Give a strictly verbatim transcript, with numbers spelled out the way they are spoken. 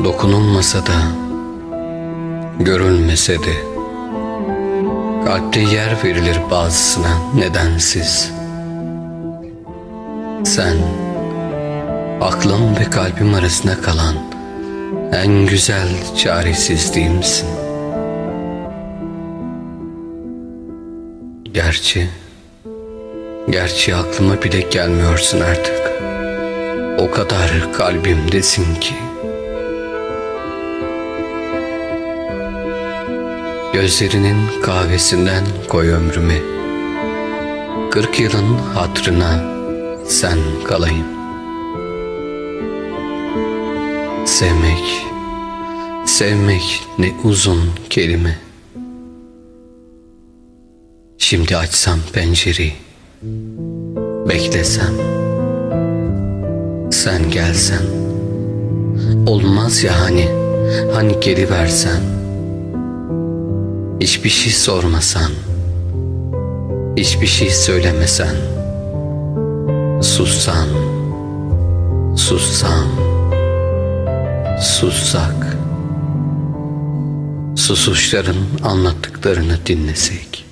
Dokunulmasa da, görülmese de, kalpte yer verilir bazısına nedensiz. Sen, aklım ve kalbim arasında kalan en güzel çaresizliğimsin. Gerçi, gerçi aklıma bile gelmiyorsun artık. O kadar kalbimdesin ki. Gözlerinin kahvesinden koy ömrümü, kırk yılın hatırına sen kalayım. Sevmek, sevmek ne uzun kelime. Şimdi açsam pencereyi, beklesem, sen gelsen, olmaz ya hani, hani geliversen. Hiçbir şey sormasan, hiçbir şey söylemesen, sussan, sussan, sussak, susuşların anlattıklarını dinlesek.